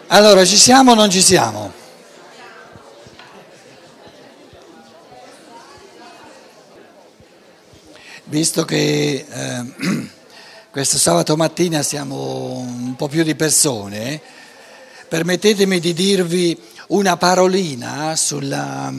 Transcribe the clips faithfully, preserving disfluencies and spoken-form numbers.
Allora, ci siamo o non ci siamo? Visto che eh, questo sabato mattina siamo un po' più di persone, permettetemi di dirvi una parolina sulla,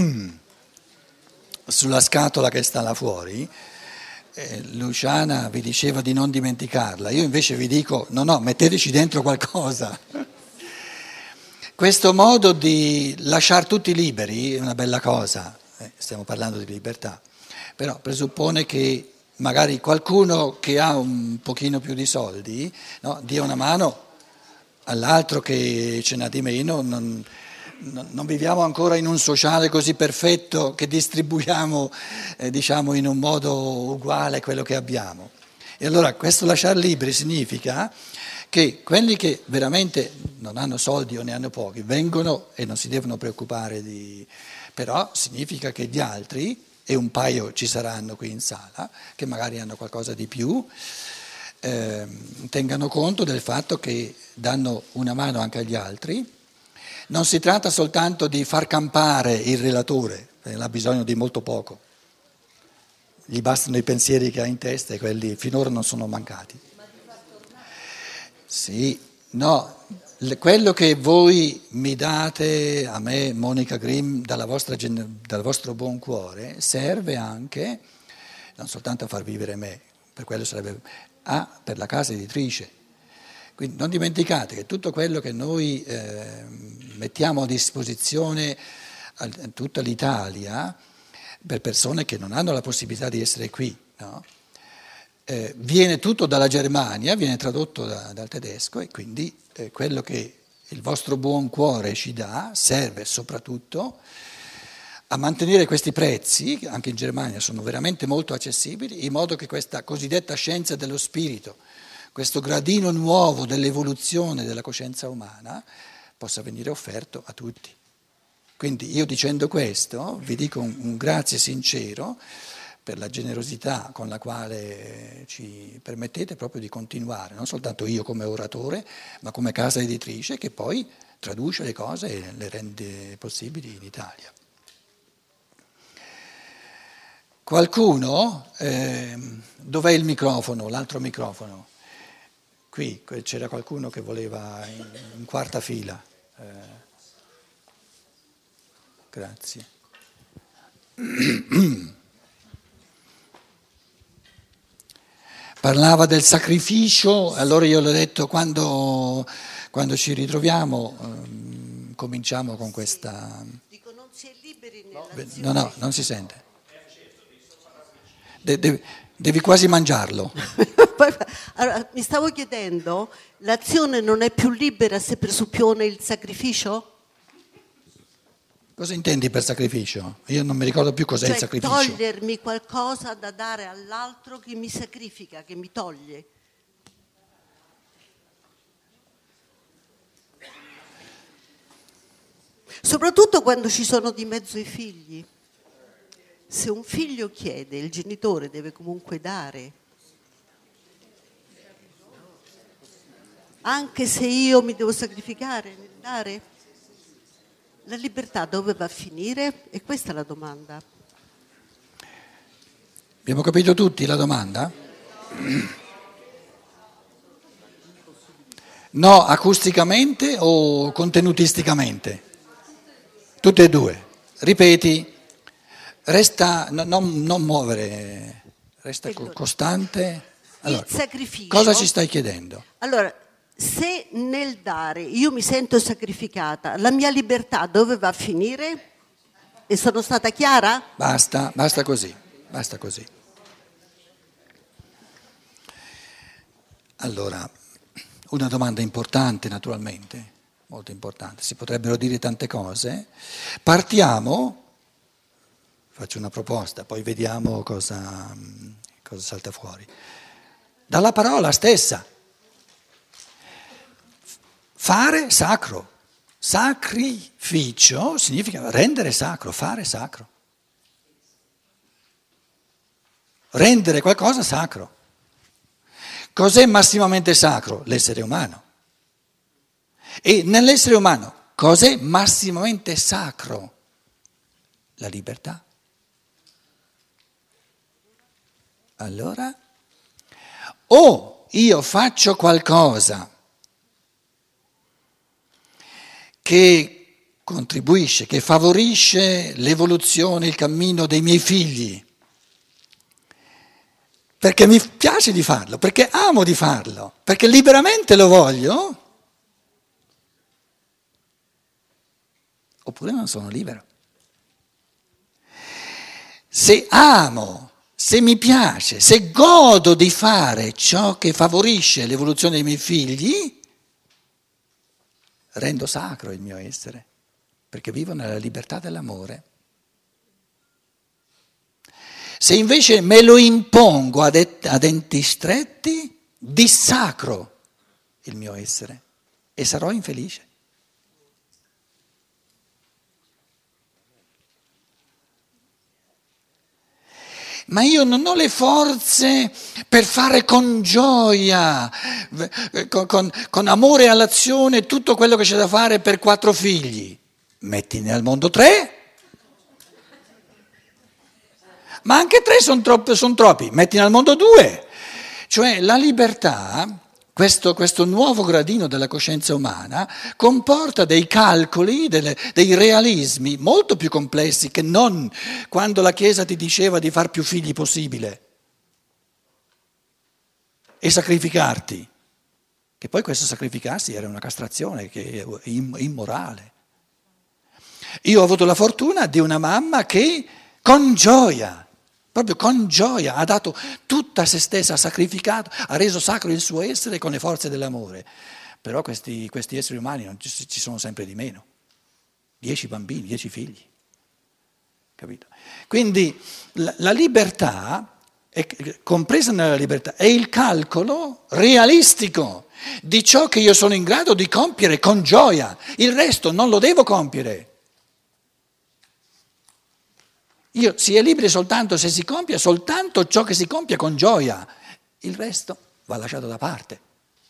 sulla scatola che sta là fuori. Eh, Luciana vi diceva di non dimenticarla, io invece vi dico no, no, metteteci dentro qualcosa. Questo modo di lasciare tutti liberi è una bella cosa, eh, stiamo parlando di libertà, però presuppone che magari qualcuno che ha un pochino più di soldi, no, dia una mano all'altro che ce n'ha di meno. Non, non, non viviamo ancora in un sociale così perfetto che distribuiamo eh, diciamo in un modo uguale quello che abbiamo. E allora questo lasciare liberi significa che quelli che veramente non hanno soldi o ne hanno pochi vengono e non si devono preoccupare di... però significa che gli altri, e un paio ci saranno qui in sala, che magari hanno qualcosa di più, eh, tengano conto del fatto che danno una mano anche agli altri. Non si tratta soltanto di far campare il relatore, perché ha bisogno di molto poco, gli bastano i pensieri che ha in testa e quelli finora non sono mancati. Sì, no, quello che voi mi date a me, Monica Grimm, dalla vostra, dal vostro buon cuore, serve anche, non soltanto a far vivere me, per quello sarebbe, ah, per la casa editrice. Quindi non dimenticate che tutto quello che noi eh, mettiamo a disposizione a tutta l'Italia, per persone che non hanno la possibilità di essere qui, no? Eh, viene tutto dalla Germania, viene tradotto da, dal tedesco e quindi eh, quello che il vostro buon cuore ci dà serve soprattutto a mantenere questi prezzi, che anche in Germania sono veramente molto accessibili, in modo che questa cosiddetta scienza dello spirito, questo gradino nuovo dell'evoluzione della coscienza umana, possa venire offerto a tutti. Quindi io dicendo questo vi dico un, un grazie sincero per la generosità con la quale ci permettete proprio di continuare, non soltanto io come oratore, ma come casa editrice che poi traduce le cose e le rende possibili in Italia. Qualcuno, eh, dov'è il microfono, l'altro microfono? Qui c'era qualcuno che voleva in, in quarta fila. Eh, grazie. Parlava del sacrificio, allora io le ho detto quando, quando ci ritroviamo um, cominciamo con questa... Dico, non si è liberi No, nell'azione. no, non si sente. De, de, devi quasi mangiarlo. Allora, mi stavo chiedendo, l'azione non è più libera se presuppone il sacrificio? Cosa intendi per sacrificio? Io non mi ricordo più cos'è Cioè, il sacrificio. togliermi qualcosa da dare all'altro che mi sacrifica, che mi toglie. Soprattutto quando ci sono di mezzo i figli. Se un figlio chiede, il genitore deve comunque dare. Anche se io mi devo sacrificare nel dare. La libertà dove va a finire? E questa è la domanda. Abbiamo capito tutti la domanda? No, acusticamente o contenutisticamente? Tutte e due. Ripeti, resta, no, non, non muovere, resta co- costante. Allora, il sacrificio. Cosa ci stai chiedendo? Allora, se nel dare io mi sento sacrificata, la mia libertà dove va a finire? E sono stata chiara? Basta, basta così, basta così. Allora, una domanda importante naturalmente, molto importante, si potrebbero dire tante cose. Partiamo, faccio una proposta, poi vediamo cosa, cosa salta fuori, dalla parola stessa. Fare sacro, sacrificio significa rendere sacro, fare sacro, rendere qualcosa sacro. Cos'è massimamente sacro? L'essere umano. E nell'essere umano cos'è massimamente sacro? La libertà. Allora, o io faccio qualcosa che contribuisce, che favorisce l'evoluzione, il cammino dei miei figli, perché mi piace di farlo, perché amo di farlo, perché liberamente lo voglio, oppure non sono libero. Se amo, se mi piace, se godo di fare ciò che favorisce l'evoluzione dei miei figli, rendo sacro il mio essere, perché vivo nella libertà dell'amore. Se invece me lo impongo a, de- a denti stretti, dissacro il mio essere e sarò infelice. Ma io non ho le forze per fare con gioia, con, con, con amore all'azione tutto quello che c'è da fare per quattro figli. Mettine al mondo tre. Ma anche tre sono troppi, son troppi, mettine al mondo due. Cioè la libertà, questo, questo nuovo gradino della coscienza umana, comporta dei calcoli, delle, dei realismi molto più complessi che non quando la Chiesa ti diceva di far più figli possibile e sacrificarti. Che poi questo sacrificarsi era una castrazione che è immorale. Io ho avuto la fortuna di una mamma che con gioia, proprio con gioia, ha dato tutta se stessa, ha sacrificato, ha reso sacro il suo essere con le forze dell'amore. Però questi, questi esseri umani non ci, ci sono sempre di meno. Dieci bambini, dieci figli. Capito? Quindi la, la libertà, è, compresa nella libertà, è il calcolo realistico di ciò che io sono in grado di compiere con gioia. Il resto non lo devo compiere. Io si è liberi soltanto se si compie soltanto ciò che si compie con gioia, il resto va lasciato da parte.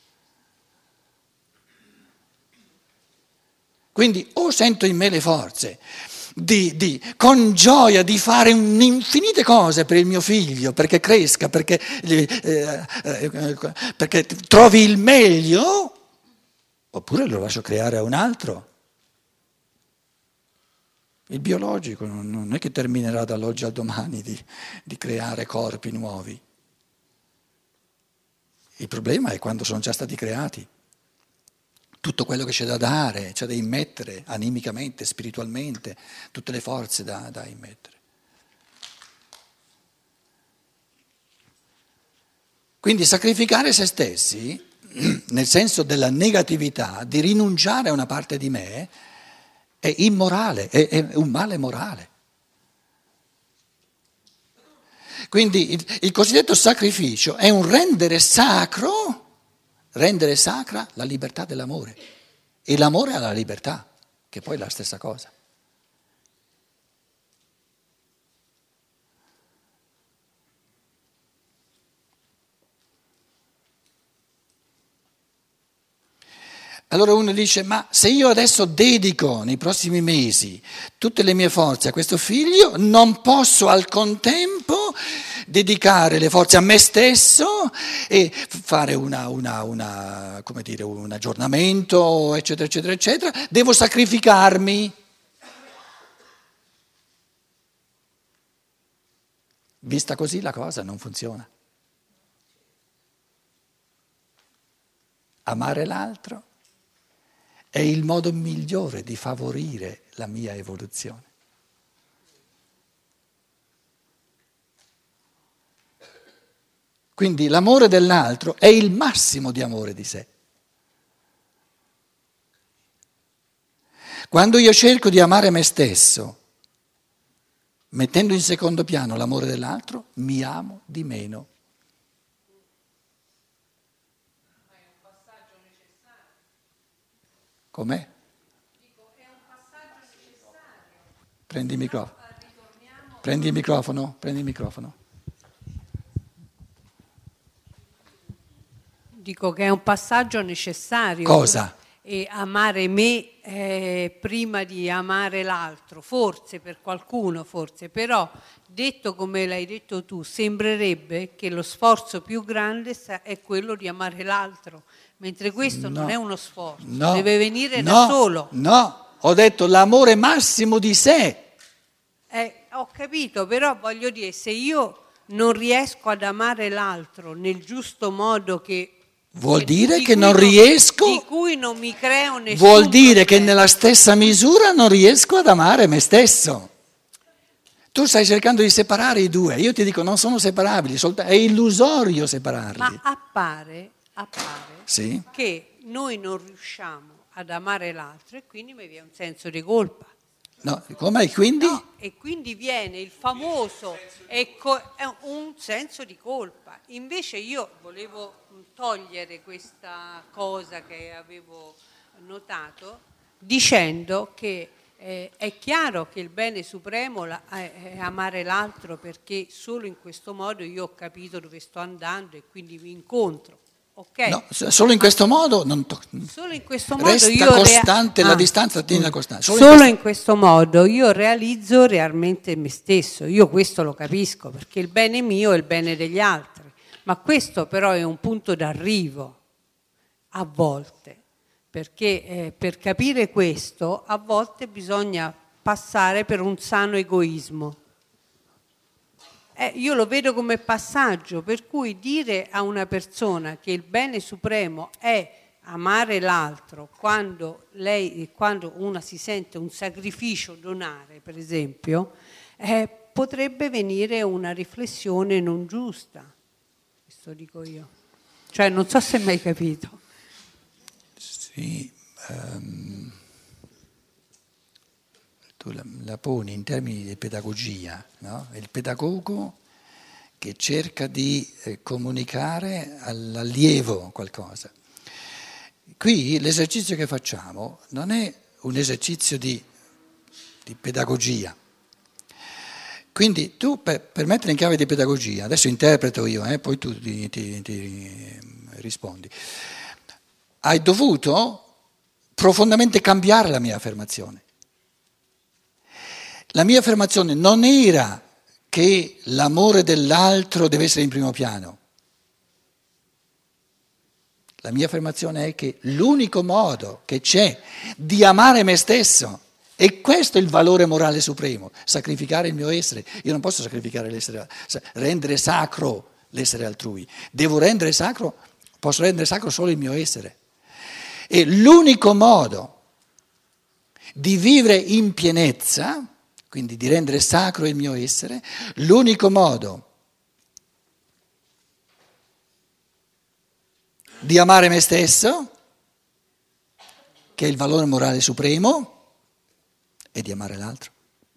Quindi o sento in me le forze di, di, con gioia di fare infinite cose per il mio figlio, perché cresca, perché, eh, eh, perché trovi il meglio, oppure lo lascio creare a un altro. Il biologico non è che terminerà dall'oggi al domani di, di creare corpi nuovi. Il problema è quando sono già stati creati. Tutto quello che c'è da dare, c'è da immettere animicamente, spiritualmente, tutte le forze da, da immettere. Quindi sacrificare se stessi, nel senso della negatività, di rinunciare a una parte di me, è immorale, è, è un male morale. Quindi il, il cosiddetto sacrificio è un rendere sacro, rendere sacra la libertà dell'amore e l'amore alla libertà, che poi è la stessa cosa. Allora uno dice, ma se io adesso dedico nei prossimi mesi tutte le mie forze a questo figlio, non posso al contempo dedicare le forze a me stesso e fare una, una, una, come dire, un aggiornamento, eccetera, eccetera, eccetera. Devo sacrificarmi. Vista così la cosa non funziona. Amare l'altro è il modo migliore di favorire la mia evoluzione. Quindi l'amore dell'altro è il massimo di amore di sé. Quando io cerco di amare me stesso, mettendo in secondo piano l'amore dell'altro, mi amo di meno. Com'è? Dico, è un passaggio necessario. Prendi il microfono. Prendi il microfono, prendi il microfono. Dico che è un passaggio necessario. Cosa? e amare me eh, prima di amare l'altro, forse per qualcuno, forse, però detto come l'hai detto tu, sembrerebbe che lo sforzo più grande è quello di amare l'altro, mentre questo No, non è uno sforzo, no, deve venire no, da solo. No, ho detto l'amore massimo di sé. Eh, ho capito, però voglio dire, se io non riesco ad amare l'altro nel giusto modo che... Vuol che- dire di che cui non riesco, Di cui non mi creo nessun vuol dire che problema. nella stessa misura non riesco ad amare me stesso. Tu stai cercando di separare i due, io ti dico non sono separabili, solta- è illusorio separarli. Ma appare, appare Sì? che noi non riusciamo ad amare l'altro e quindi mi viene un senso di colpa. No, come quindi? No, e quindi viene il famoso ecco, è un senso di colpa. Invece io volevo togliere questa cosa che avevo notato dicendo che eh, è chiaro che il bene supremo la, è, è amare l'altro, perché solo in questo modo io ho capito dove sto andando e quindi vi incontro. Okay? No, solo in questo modo non to- Solo in questo modo resta io costante rea- la ah, distanza, tieni la scusa. costante. Solo, in questo- in questo modo io realizzo realmente me stesso. Io questo lo capisco, perché il bene mio è il bene degli altri. Ma questo però è un punto d'arrivo, a volte, perché eh, per capire questo a volte bisogna passare per un sano egoismo. Eh, io lo vedo come passaggio, per cui dire a una persona che il bene supremo è amare l'altro quando, lei, quando una si sente un sacrificio donare, per esempio, eh, potrebbe venire una riflessione non giusta. Questo dico io. Cioè, non so se mi hai capito. Sì, ehm, tu la, la poni in termini di pedagogia, no? È il pedagogo che cerca di eh, comunicare all'allievo qualcosa. Qui l'esercizio che facciamo non è un esercizio di, di pedagogia. Quindi tu per, per mettere in chiave di pedagogia, adesso interpreto io, eh, poi tu ti, ti, ti rispondi, hai dovuto profondamente cambiare la mia affermazione. La mia affermazione non era che l'amore dell'altro deve essere in primo piano. La mia affermazione è che l'unico modo che c'è di amare me stesso, e questo è il valore morale supremo, sacrificare il mio essere. Io non posso sacrificare l'essere, rendere sacro l'essere altrui. Devo rendere sacro, posso rendere sacro solo il mio essere. E l'unico modo di vivere in pienezza, quindi di rendere sacro il mio essere, l'unico modo di amare me stesso, che è il valore morale supremo, è di amare l'altro.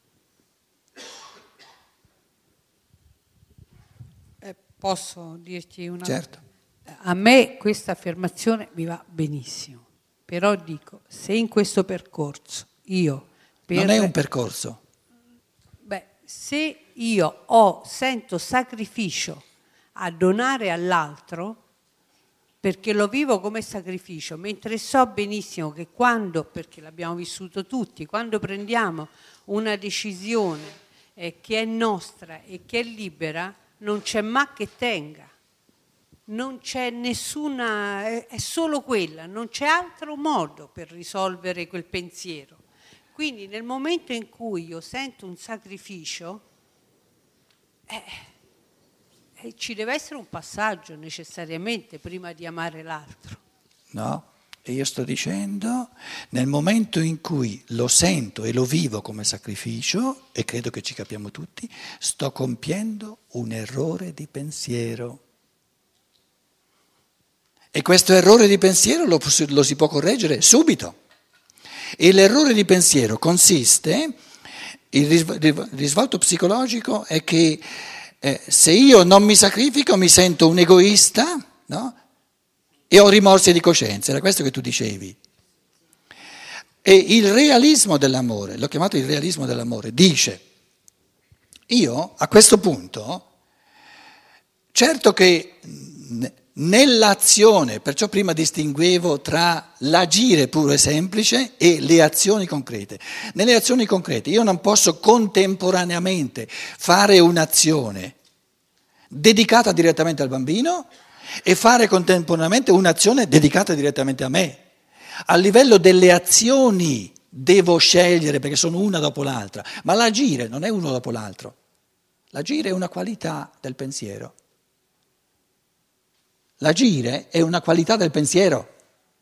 Eh, posso dirti una Certo. cosa? A me questa affermazione mi va benissimo, però dico, se in questo percorso io... Per... Non è un percorso. Beh, se io ho, sento sacrificio a donare all'altro, perché lo vivo come sacrificio, mentre so benissimo che quando, perché l'abbiamo vissuto tutti, quando prendiamo una decisione eh, che è nostra e che è libera, non c'è ma che tenga, non c'è nessuna, è, è solo quella, non c'è altro modo per risolvere quel pensiero. Quindi nel momento in cui io sento un sacrificio, eh, E ci deve essere un passaggio necessariamente prima di amare l'altro. No? E io sto dicendo, nel momento in cui lo sento e lo vivo come sacrificio, e credo che ci capiamo tutti, sto compiendo un errore di pensiero. E questo errore di pensiero lo, lo si può correggere subito. E l'errore di pensiero consiste, il risvolto psicologico è che Eh, se io non mi sacrifico mi sento un egoista, no? E ho rimorsi di coscienza, era questo che tu dicevi. E il realismo dell'amore, l'ho chiamato il realismo dell'amore, dice, io a questo punto, certo che nell'azione, perciò prima distinguevo tra l'agire puro e semplice e le azioni concrete. Nelle azioni concrete io non posso contemporaneamente fare un'azione dedicata direttamente al bambino e fare contemporaneamente un'azione dedicata direttamente a me. A livello delle azioni devo scegliere perché sono una dopo l'altra, ma l'agire non è uno dopo l'altro. L'agire è una qualità del pensiero. L'agire è una qualità del pensiero.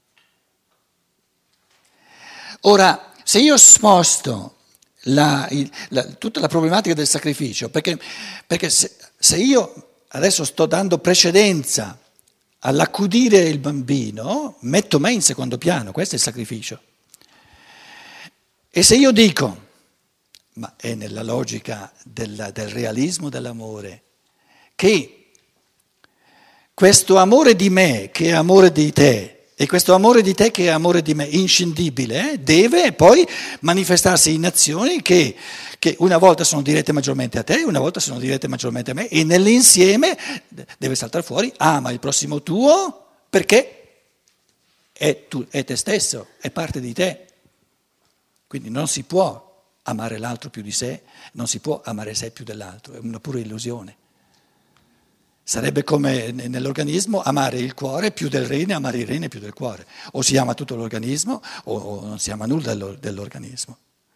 Ora, se io sposto la, la, tutta la problematica del sacrificio, perché, perché se, se io adesso sto dando precedenza all'accudire il bambino, metto me in secondo piano, questo è il sacrificio. E se io dico, ma è nella logica del, del realismo dell'amore, che questo amore di me che è amore di te e questo amore di te che è amore di me, inscindibile, eh, deve poi manifestarsi in azioni che, che una volta sono dirette maggiormente a te, una volta sono dirette maggiormente a me e nell'insieme deve saltare fuori, ama il prossimo tuo perché è, tu, è te stesso, è parte di te. Quindi non si può amare l'altro più di sé, non si può amare sé più dell'altro, è una pura illusione. Sarebbe come nell'organismo amare il cuore più del rene, amare il rene più del cuore. O si ama tutto l'organismo o non si ama nulla dell'organismo.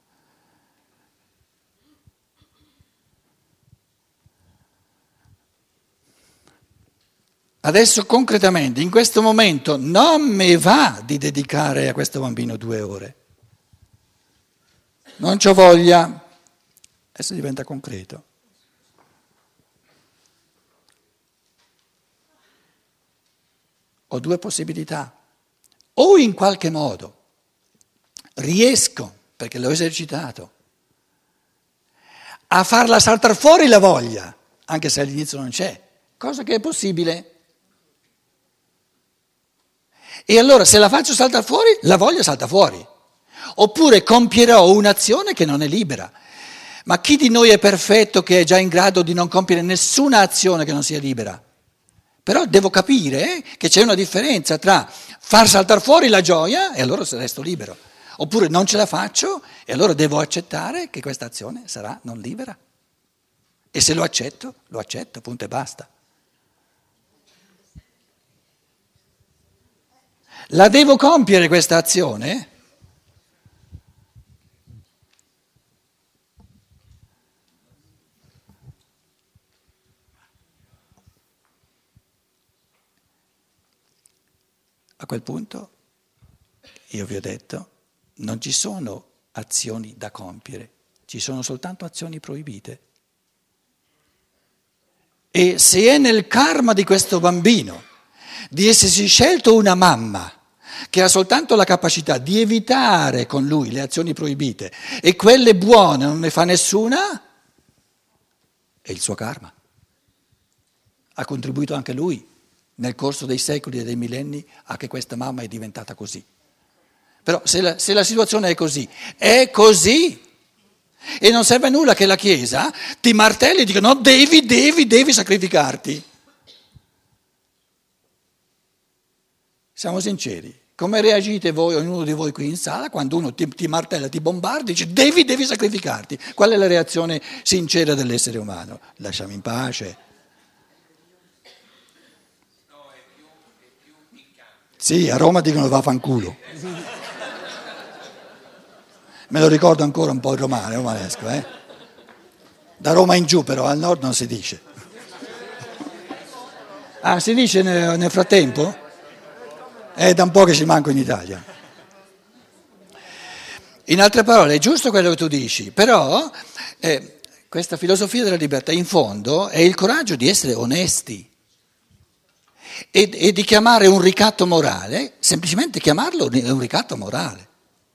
Adesso concretamente, in questo momento, non mi va di dedicare a questo bambino due ore. Non c'ho voglia. Adesso diventa concreto. Ho due possibilità. O in qualche modo riesco, perché l'ho esercitato, a farla saltare fuori la voglia, anche se all'inizio non c'è, cosa che è possibile. E allora se la faccio saltare fuori, la voglia salta fuori. Oppure compierò un'azione che non è libera. Ma chi di noi è perfetto che è già in grado di non compiere nessuna azione che non sia libera? Però devo capire che c'è una differenza tra far saltare fuori la gioia e allora resto libero, oppure non ce la faccio e allora devo accettare che questa azione sarà non libera. E se lo accetto, lo accetto, punto e basta. La devo compiere questa azione? A quel punto, io vi ho detto, non ci sono azioni da compiere, ci sono soltanto azioni proibite. E se è nel karma di questo bambino di essersi scelto una mamma che ha soltanto la capacità di evitare con lui le azioni proibite e quelle buone non ne fa nessuna, è il suo karma. Ha contribuito anche lui nel corso dei secoli e dei millenni a che questa mamma è diventata così. Però se la, se la situazione è così, è così. E non serve a nulla che la Chiesa ti martelli e dica no, devi, devi, devi sacrificarti. Siamo sinceri. Come reagite voi, ognuno di voi qui in sala, quando uno ti, ti martella, ti bombarda, dice devi, devi sacrificarti? Qual è la reazione sincera dell'essere umano? Lasciami in pace. Sì, a Roma dicono vaffanculo. Me lo ricordo ancora un po' il romano, romanesco, eh? Da Roma in giù però, al nord non si dice. Ah, si dice nel, nel frattempo? È da un po' che ci manco in Italia. In altre parole, è giusto quello che tu dici, però eh, questa filosofia della libertà in fondo è il coraggio di essere onesti. E, e di chiamare un ricatto morale, semplicemente chiamarlo un ricatto morale.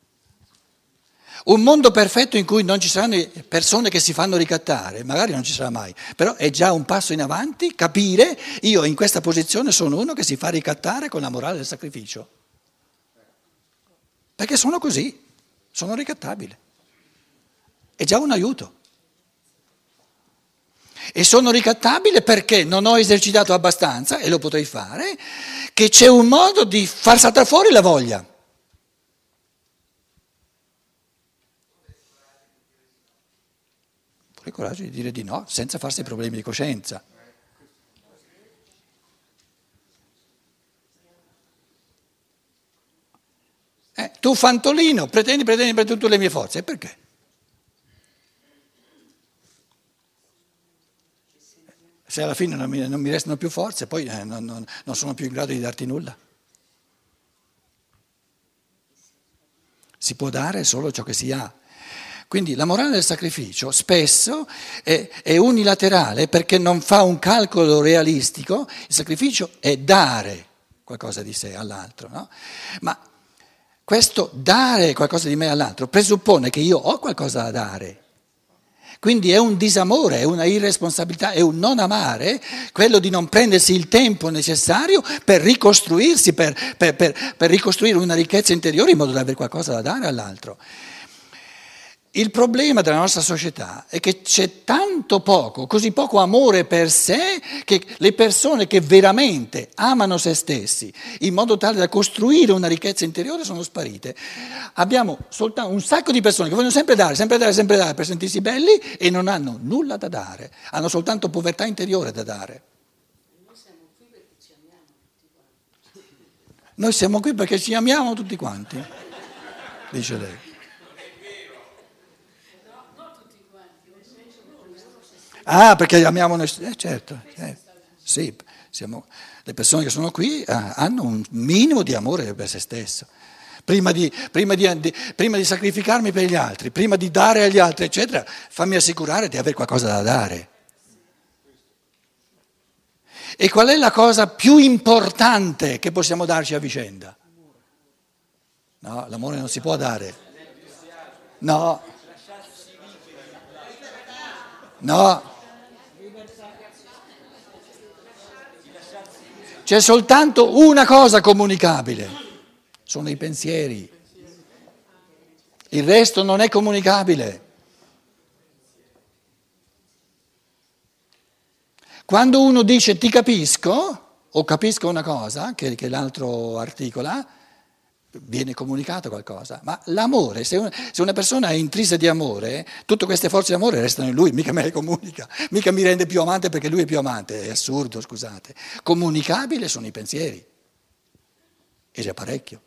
Un mondo perfetto in cui non ci saranno persone che si fanno ricattare, magari non ci sarà mai, però è già un passo in avanti capire, io in questa posizione sono uno che si fa ricattare con la morale del sacrificio. Perché sono così, sono ricattabile. È già un aiuto. E sono ricattabile perché non ho esercitato abbastanza, e lo potrei fare, che c'è un modo di far saltare fuori la voglia. Pure il coraggio di dire di no, senza farsi problemi di coscienza. Eh, tu fantolino, pretendi, pretendi per tutte le mie forze, e perché? Se alla fine non mi, non mi restano più forze, poi eh, non, non, non sono più in grado di darti nulla. Si può dare solo ciò che si ha. Quindi la morale del sacrificio spesso è, è unilaterale perché non fa un calcolo realistico. Il sacrificio è dare qualcosa di sé all'altro, no? Ma questo dare qualcosa di me all'altro presuppone che io ho qualcosa da dare. Quindi è un disamore, è una irresponsabilità, è un non amare, quello di non prendersi il tempo necessario per ricostruirsi, per, per, per, per ricostruire una ricchezza interiore in modo da avere qualcosa da dare all'altro. Il problema della nostra società è che c'è tanto poco, così poco amore per sé, che le persone che veramente amano se stessi in modo tale da costruire una ricchezza interiore sono sparite. Abbiamo soltanto un sacco di persone che vogliono sempre dare, sempre dare, sempre dare per sentirsi belli e non hanno nulla da dare, hanno soltanto povertà interiore da dare. Noi siamo qui perché ci amiamo tutti quanti. Noi siamo qui perché ci amiamo tutti quanti, dice lei. Ah, perché amiamo noi stessi, eh, certo, eh, sì, siamo, le persone che sono qui eh, hanno un minimo di amore per se stesso. Prima di, prima, di, di, prima di sacrificarmi per gli altri, prima di dare agli altri, eccetera, fammi assicurare di avere qualcosa da dare. E qual è la cosa più importante che possiamo darci a vicenda? No, l'amore non si può dare. No. No. C'è soltanto una cosa comunicabile, sono i pensieri. Il resto non è comunicabile. Quando uno dice ti capisco, o capisco una cosa, che, che l'altro articola, viene comunicato qualcosa. Ma l'amore, se una, se una persona è intrisa di amore, tutte queste forze di amore restano in lui, mica me le comunica, mica mi rende più amante perché lui è più amante, è assurdo, scusate. Comunicabile sono i pensieri, e già parecchio.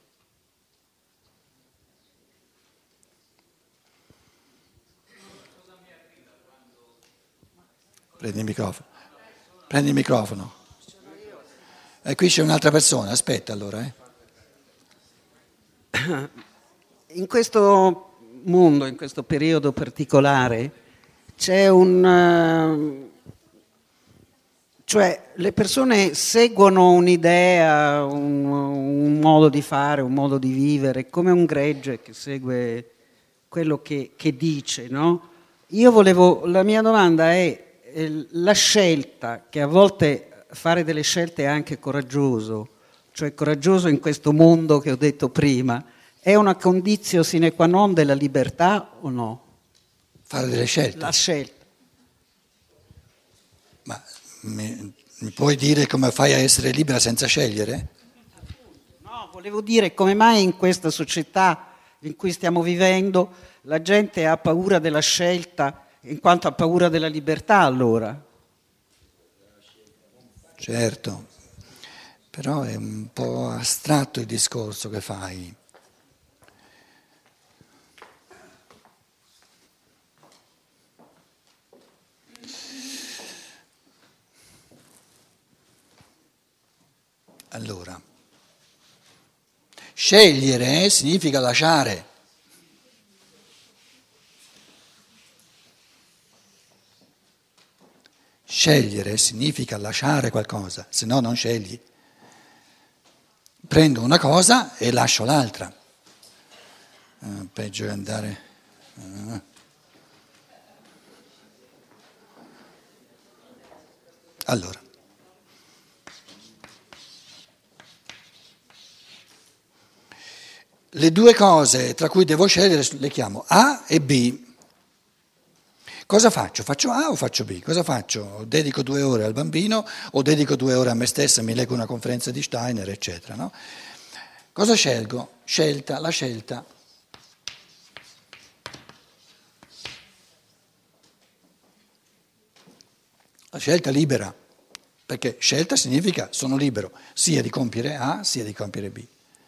Prendi il microfono, prendi il microfono. E qui c'è un'altra persona, aspetta allora, eh. In questo mondo, in questo periodo particolare, c'è un... cioè le persone seguono un'idea, un, un modo di fare, un modo di vivere, come un gregge che segue quello che, che dice, no? Io volevo, la mia domanda è, eh, la scelta, che a volte fare delle scelte è anche coraggioso, cioè coraggioso in questo mondo che ho detto prima, è una condizio sine qua non della libertà o no? Fare delle scelte. La scelta. Ma mi, mi puoi dire come fai a essere libera senza scegliere? No, volevo dire come mai in questa società in cui stiamo vivendo la gente ha paura della scelta in quanto ha paura della libertà allora. Certo, però è un po' astratto il discorso che fai. Allora, scegliere significa lasciare. Scegliere significa lasciare qualcosa, se no non scegli. Prendo una cosa e lascio l'altra. Uh, peggio è andare... Uh. Allora. Le due cose tra cui devo scegliere le chiamo A e B. Cosa faccio? Faccio A o faccio B? Cosa faccio? Dedico due ore al bambino o dedico due ore a me stessa, mi leggo una conferenza di Steiner, eccetera, no? Cosa scelgo? Scelta, la scelta. La scelta libera, perché scelta significa sono libero sia di compiere A sia di compiere B.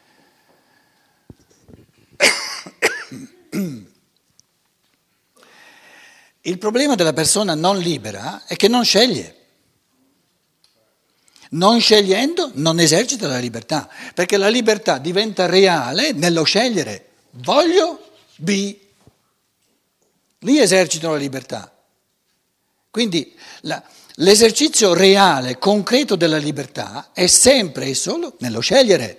Il problema della persona non libera è che non sceglie. Non scegliendo non esercita la libertà, perché la libertà diventa reale nello scegliere. Voglio B. Lì esercito la libertà. Quindi la, l'esercizio reale, concreto della libertà è sempre e solo nello scegliere.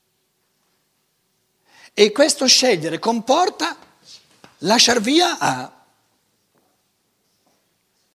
E questo scegliere comporta lasciar via A.